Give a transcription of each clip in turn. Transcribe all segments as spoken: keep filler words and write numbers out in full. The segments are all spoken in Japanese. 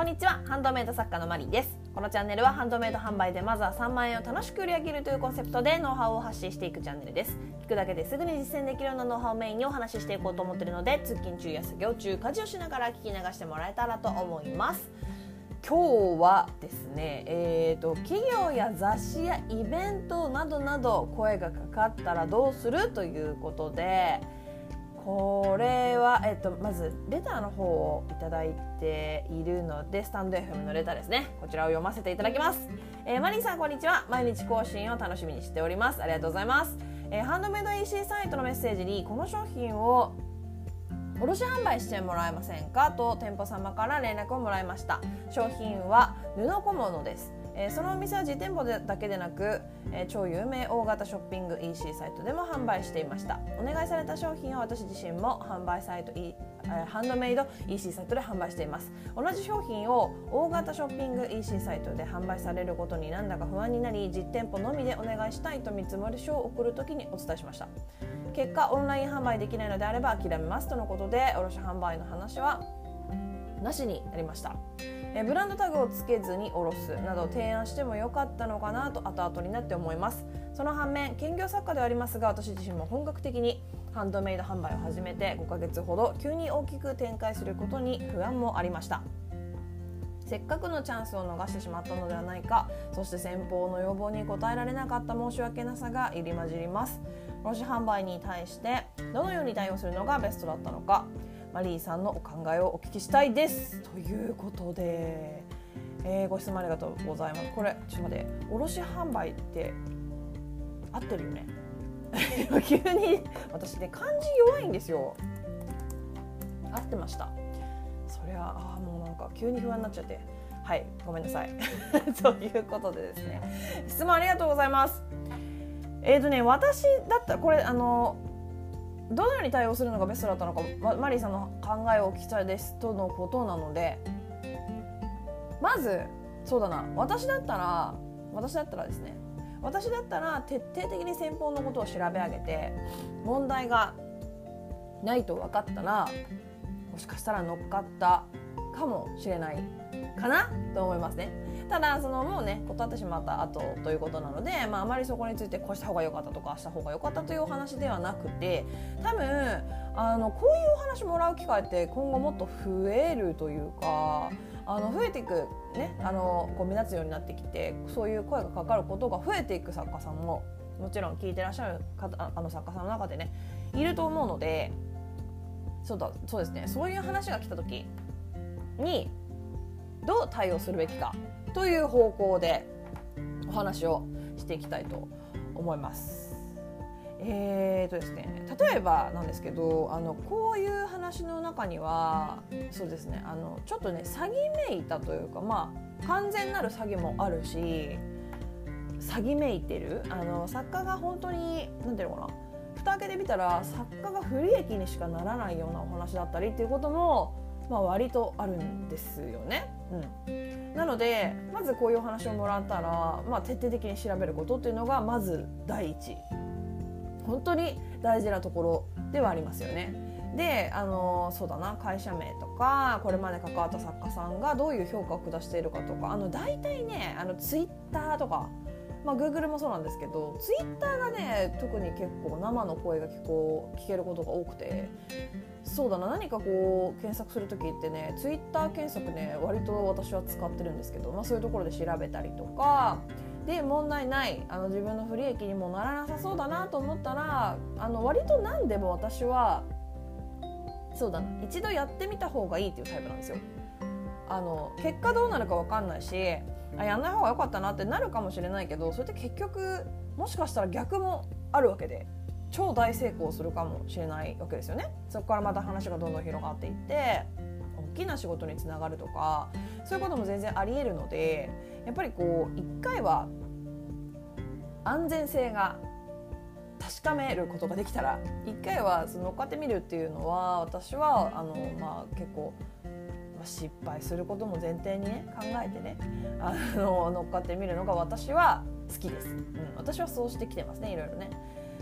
んにちは。ハンドメイド作家のマリーです。このチャンネルはハンドメイド販売でまずはさんまんえんを楽しく売り上げるというコンセプトでノウハウを発信していくチャンネルです。聞くだけですぐに実践できるようなノウハウをメインにお話ししていこうと思っているので、通勤中や作業中、家事をしながら聞き流してもらえたらと思います。今日はですね、えーと、企業や雑誌やイベントなどなど声がかかったらどうするということで、これは、えっと、まずレターの方をいただいているので、スタンド エフエム のレターですね。こちらを読ませていただきます。えー、マリーさんこんにちは。毎日更新を楽しみにしております。ありがとうございます。えー、ハンドメイド イーシー サイトのメッセージにこの商品を卸販売してもらえませんかと店舗様から連絡をもらいました。商品は布小物です。えー、そのお店は実店舗でだけでなく、えー、超有名大型ショッピング イーシー サイトでも販売していました。お願いされた商品は私自身も販売サイト、えー、ハンドメイド イーシー サイトで販売しています。同じ商品を大型ショッピング イーシー サイトで販売されることになんだか不安になり、実店舗のみでお願いしたいと見積もり書を送るときにお伝えしました。結果オンライン販売できないのであれば諦めますとのことで、卸販売の話はなしになりました。えブランドタグをつけずに卸すなど提案してもよかったのかなと後々になって思います。その反面、兼業作家ではありますが、私自身も本格的にハンドメイド販売を始めてごかげつほど、急に大きく展開することに不安もありました。せっかくのチャンスを逃してしまったのではないか、そして先方の要望に応えられなかった申し訳なさが入り混じります。卸販売に対してどのように対応するのがベストだったのか、マリーさんのお考えをお聞きしたいですということで、えー、ご質問ありがとうございます。これちょっと待って、卸販売って合ってるよね急に私ね、漢字弱いんですよ。合ってました。そりゃあもうなんか急に不安になっちゃって、はいごめんなさいということでですね、質問ありがとうございます。えーとね私だったらこれあのどのように対応するのがベストだったのか、ま、マリーさんの考えをお聞きしたいですとのことなので、まずそうだな、私だったら私だったらですね私だったら徹底的に先方のことを調べ上げて、問題がないと分かったらもしかしたら乗っかったかもしれないかなと思いますね。ただそのもうね断ってしまった後ということなので、まあ、あまりそこについてこうした方が良かったとかした方が良かったというお話ではなくて、多分あのこういうお話もらう機会って今後もっと増えるというか、あの増えていくね、あのこう目立つようになってきて、そういう声がかかることが増えていく作家さんももちろん聞いてらっしゃる方、あの作家さんの中でねいると思うので、そうだそうですね、そういう話が来た時にどう対応するべきかという方向でお話をしていきたいと思います。えーとですね、例えばなんですけど、あのこういう話の中にはそうですね、あのちょっとね詐欺めいたというか、まあ完全なる詐欺もあるし、詐欺めいてるあの作家が本当になんていうのかな、蓋開けてみたら作家が不利益にしかならないようなお話だったりっていうことも、まあ、割とあるんですよね。うん、なのでまずこういうお話をもらったら、まあ、徹底的に調べることっていうのがまず第一、本当に大事なところではありますよね。で、あのそうだな、会社名とかこれまで関わった作家さんがどういう評価を下しているかとか、あの大体ね、あのツイッターとか、まあ、Google もそうなんですけど、ツイッターがね特に結構生の声が聞こう聞けることが多くて、そうだな、何かこう検索するときってね、ツイッター検索ね割と私は使ってるんですけど、まあ、そういうところで調べたりとかで、問題ない、あの自分の不利益にもならなさそうだなと思ったら、あの割と何でも私はそうだな、一度やってみた方がいいっていうタイプなんですよ。あの結果どうなるか分かんないし、あやんない方が良かったなってなるかもしれないけど、それって結局もしかしたら逆もあるわけで、超大成功するかもしれないわけですよね。そこからまた話がどんどん広がっていって大きな仕事につながるとか、そういうことも全然あり得るので、やっぱりこう一回は安全性が確かめることができたら、一回はその乗っかってみるっていうのは、私はあの、まあ、結構失敗することも前提にね考えてね、あの乗っかってみるのが私は好きです。うん、私はそうしてきてますね、いろいろね。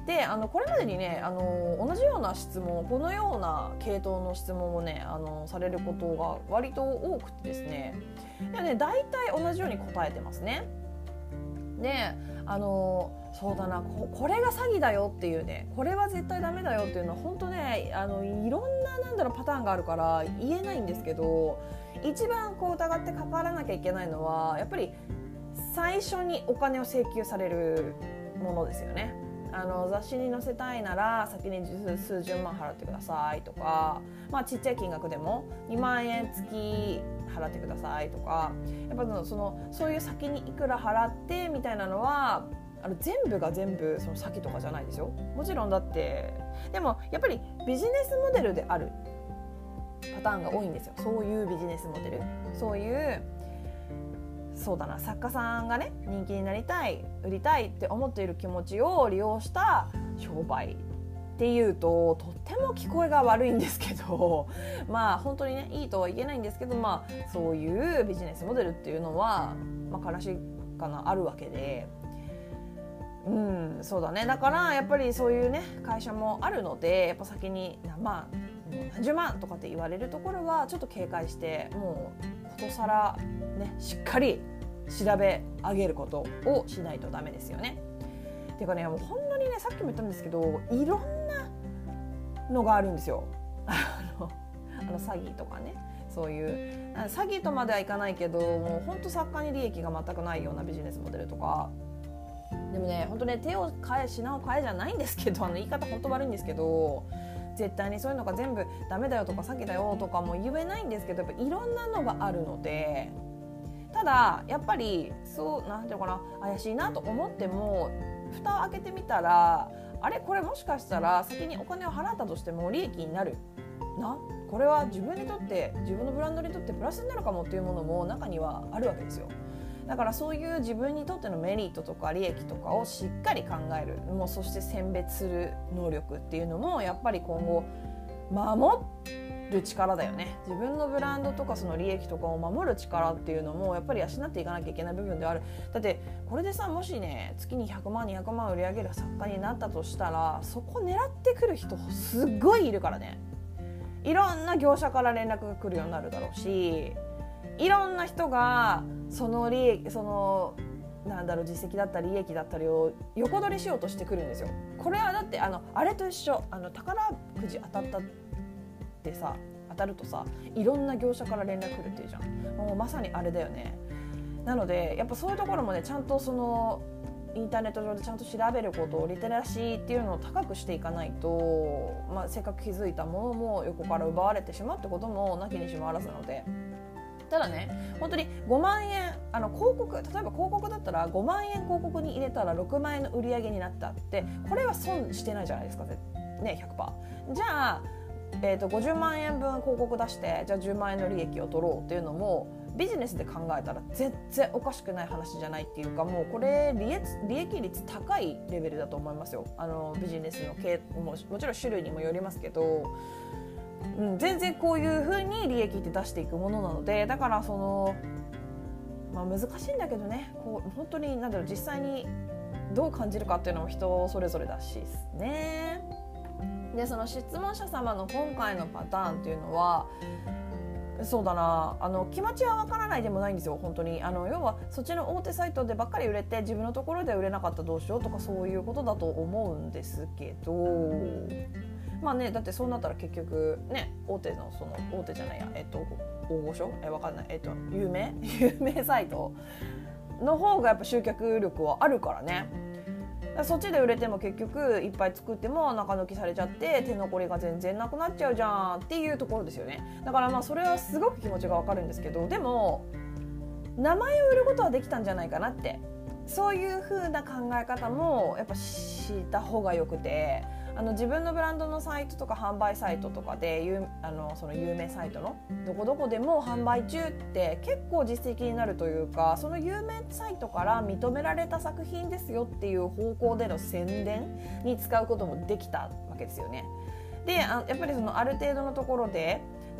であのこれまでにねあの同じような質問このような系統の質問をねあのされることが割と多くてですねでね大体同じように答えてますね。であのそうだな こ, これが詐欺だよっていうねこれは絶対ダメだよっていうのは本当ねあのいろんななんだろうパターンがあるから言えないんですけど一番こう疑って関わらなきゃいけないのはやっぱり最初にお金を請求されるものですよね。あの雑誌に載せたいなら先に数十万払ってくださいとか、まあ、ちっちゃい金額でもにまんえん月払ってくださいとかやっぱそのそういう先にいくら払ってみたいなのはあの全部が全部その詐欺とかじゃないですよ。もちろんだってでもやっぱりビジネスモデルであるパターンが多いんですよ。そういうビジネスモデルそういうそうだな作家さんがね人気になりたい売りたいって思っている気持ちを利用した商売っていうととっても聞こえが悪いんですけどまあ本当にねいいとは言えないんですけどまあそういうビジネスモデルっていうのはまあ悲しいかなあるわけでうんそうだねだからやっぱりそういうね会社もあるのでやっぱ先にまあ何十万とかって言われるところはちょっと警戒してもうことさらねしっかり調べ上げることをしないとダメですよね。っていうかねもうほんのにねさっきも言ったんですけどいろんなのがあるんですよ。あのあの詐欺とかねそういう詐欺とまではいかないけどもうほんと作家に利益が全くないようなビジネスモデルとかでもね本当ね手を変え品を変えじゃないんですけどあの言い方本当悪いんですけど絶対にそういうのが全部ダメだよとか詐欺だよとかも言えないんですけどやっぱいろんなのがあるのでただやっぱりそうなんていうのかな怪しいなと思っても蓋を開けてみたらあれこれもしかしたら先にお金を払ったとしても利益になるなこれは自分にとって自分のブランドにとってプラスになるかもっていうものも中にはあるわけですよ。だからそういう自分にとってのメリットとか利益とかをしっかり考えるもうそして選別する能力っていうのもやっぱり今後守る力だよね。自分のブランドとかその利益とかを守る力っていうのもやっぱり養っていかなきゃいけない部分ではある。だってこれでさもしね月にひゃくまんにひゃくまん売り上げる作家になったとしたらそこ狙ってくる人すっごいいるからね。いろんな業者から連絡が来るようになるだろうしいろんな人がその利益そのなんだろう実績だったり利益だったりを横取りしようとしてくるんですよ。これはだってあのあれと一緒あの宝くじ当たったってさ当たるとさいろんな業者から連絡来るっていうじゃん。もうまさにあれだよね。なのでやっぱそういうところもねちゃんとそのインターネット上でちゃんと調べることをリテラシーっていうのを高くしていかないと、まあ、せっかく気づいたものも横から奪われてしまうってこともなきにしもあらずなのでただね本当にごまんえんあの広告例えば広告だったらごまんえん広告に入れたらろくまんえんの売り上げになったってこれは損してないじゃないですかね ひゃくパーセント じゃあ、えーと、ごじゅうまんえんぶん広告出してじゃあじゅうまんえんの利益を取ろうっていうのもビジネスで考えたら全然おかしくない話じゃないっていうかもうこれ利益、利益率高いレベルだと思いますよ。あのビジネスの系ももちろん種類にもよりますけど、うん、全然こういう風に利益って出していくものなのでだからその、まあ、難しいんだけどねこう本当になんだろう実際にどう感じるかっていうのも人それぞれだしですね。でその質問者様の今回のパターンっていうのはそうだなあの気持ちはわからないでもないんですよ本当にあの要はそっちの大手サイトでばっかり売れて自分のところで売れなかったらどうしようとかそういうことだと思うんですけどまあねだってそうなったら結局ね大手のその大手じゃないやえっと大御所えわかんないえっと有名有名サイトの方がやっぱ集客力はあるからねそっちで売れても結局いっぱい作っても中抜きされちゃって手残りが全然なくなっちゃうじゃんっていうところですよね。だからまあそれはすごく気持ちがわかるんですけどでも名前を売ることはできたんじゃないかなってそういう風な考え方もやっぱした方がよくてあの自分のブランドのサイトとか販売サイトとかで有あのその有名サイトのどこどこでも販売中って結構実績になるというかその有名サイトから認められた作品ですよっていう方向での宣伝に使うこともできたわけですよね。であやっぱりそのある程度のところで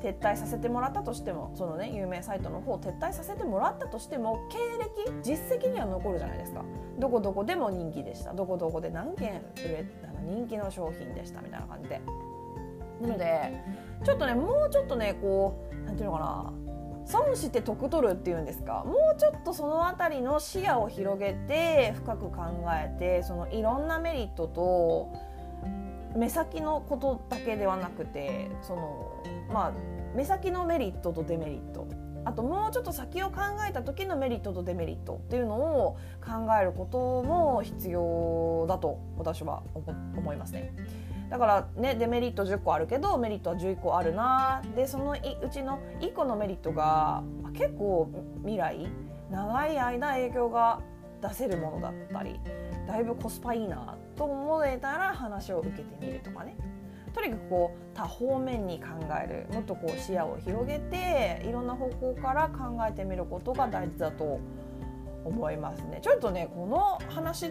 撤退させてもらったとしても、そのね有名サイトの方を撤退させてもらったとしても、経歴実績には残るじゃないですか。どこどこでも人気でした、どこどこで何件売れあの人気の商品でしたみたいな感じで。なのでちょっとねもうちょっとねこうなんていうのかな、損して得取るっていうんですか、もうちょっとそのあたりの視野を広げて深く考えて、そのいろんなメリットと目先のことだけではなくて、そのまあ目先のメリットとデメリット、あともうちょっと先を考えた時のメリットとデメリットっていうのを考えることも必要だと私は思いますね。だからね、デメリットじゅっこあるけどメリットはじゅういっこあるな。でそのうちのいっこのメリットが結構未来長い間影響が出せるものだったり、だいぶコスパいいなと思えたら話を受けてみるとかね。とにかくこう多方面に考える、もっとこう視野を広げていろんな方向から考えてみることが大事だと思いますね。ちょっとねこの話って、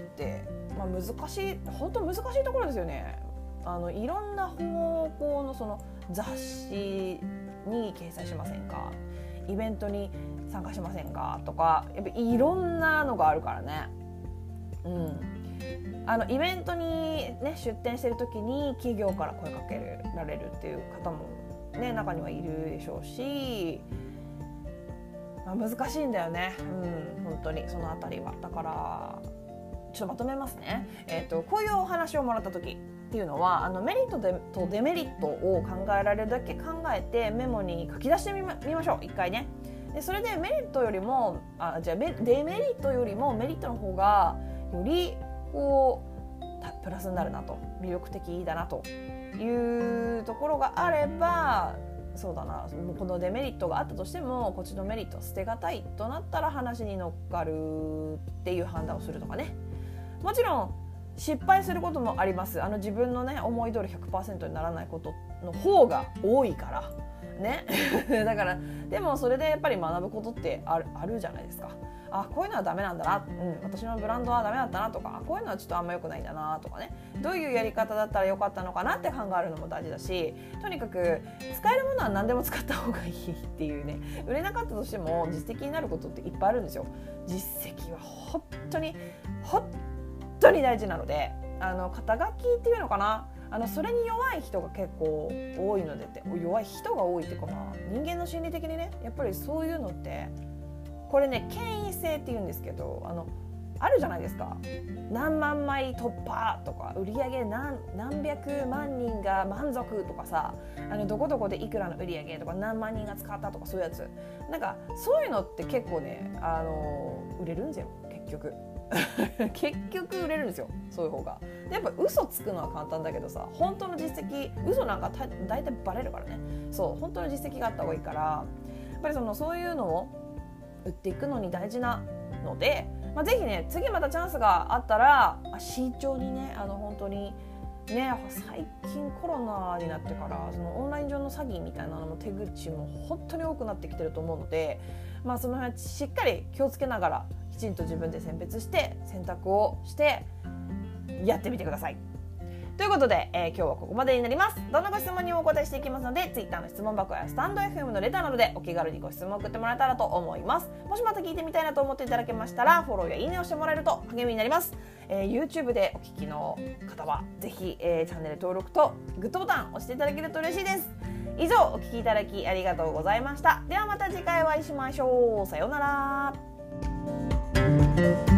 まあ、難しい本当難しいところですよね。あのいろんな方向のその雑誌に掲載しませんか、イベントに参加しませんかとか、やっぱいろんなのがあるからね。うん、あのイベントに、ね、出展してる時に企業から声かけられるっていう方も、ね、中にはいるでしょうし、まあ、難しいんだよね、うん、本当にそのあたりは。だからちょっとまとめますね。えーと、こういうお話をもらった時っていうのは、あのメリットでとデメリットを考えられるだけ考えてメモに書き出してみ ま, 見ましょう一回ね。でそれでメリットよりもあじゃあデメリットよりもメリットの方がよりこうプラスになるなと、魅力的だなというところがあれば、そうだな、このデメリットがあったとしてもこっちのメリットは捨てがたいとなったら話に乗っかるっていう判断をするとかね。もちろん失敗することもあります。あの自分のね思い通り ひゃくパーセント にならないことの方が多いからねだからでもそれでやっぱり学ぶことってある、あるじゃないですか。あ、こういうのはダメなんだな、うん、私のブランドはダメだったなとか、こういうのはちょっとあんま良くないんだなとかね、どういうやり方だったら良かったのかなって考えるのも大事だし、とにかく使えるものは何でも使った方がいいっていうね。売れなかったとしても実績になることっていっぱいあるんですよ。実績は本当に本当に大事なので、あの肩書きっていうのかな、あのそれに弱い人が結構多いのでって、弱い人が多いっていうか、まあ人間の心理的にね、やっぱりそういうのってこれね権威性っていうんですけど、あのあるじゃないですか。何万枚突破とか、売り上げ 何, 何百万人が満足とかさ、あのどこどこでいくらの売り上げとか何万人が使ったとか、そういうやつなんかそういうのって結構ね、あの売れるんですよ結局結局売れるんですよ、そういう方が。でやっぱ嘘つくのは簡単だけどさ、本当の実績、嘘なんか大体バレるからね。そう本当の実績があった方がいいから、やっぱりそのそういうのを売っていくのに大事なので、まあ、ぜひね次またチャンスがあったら慎重にね、あの本当にね、最近コロナになってからそのオンライン上の詐欺みたいなのも手口も本当に多くなってきてると思うので、まあ、その辺はしっかり気をつけながらきちんと自分で選別して選択をしてやってみてください。ということで、えー、今日はここまでになります。どんなご質問にもお答えしていきますので、 Twitter の質問箱やスタンド エフエム のレターなどでお気軽にご質問を送ってもらえたらと思います。もしまた聞いてみたいなと思っていただけましたら、フォローやいいねをしてもらえると励みになります。えー、YouTube でお聞きの方はぜひ、えー、チャンネル登録とグッドボタン押していただけると嬉しいです。以上お聞きいただきありがとうございました。ではまた次回お会いしましょう。さようなら。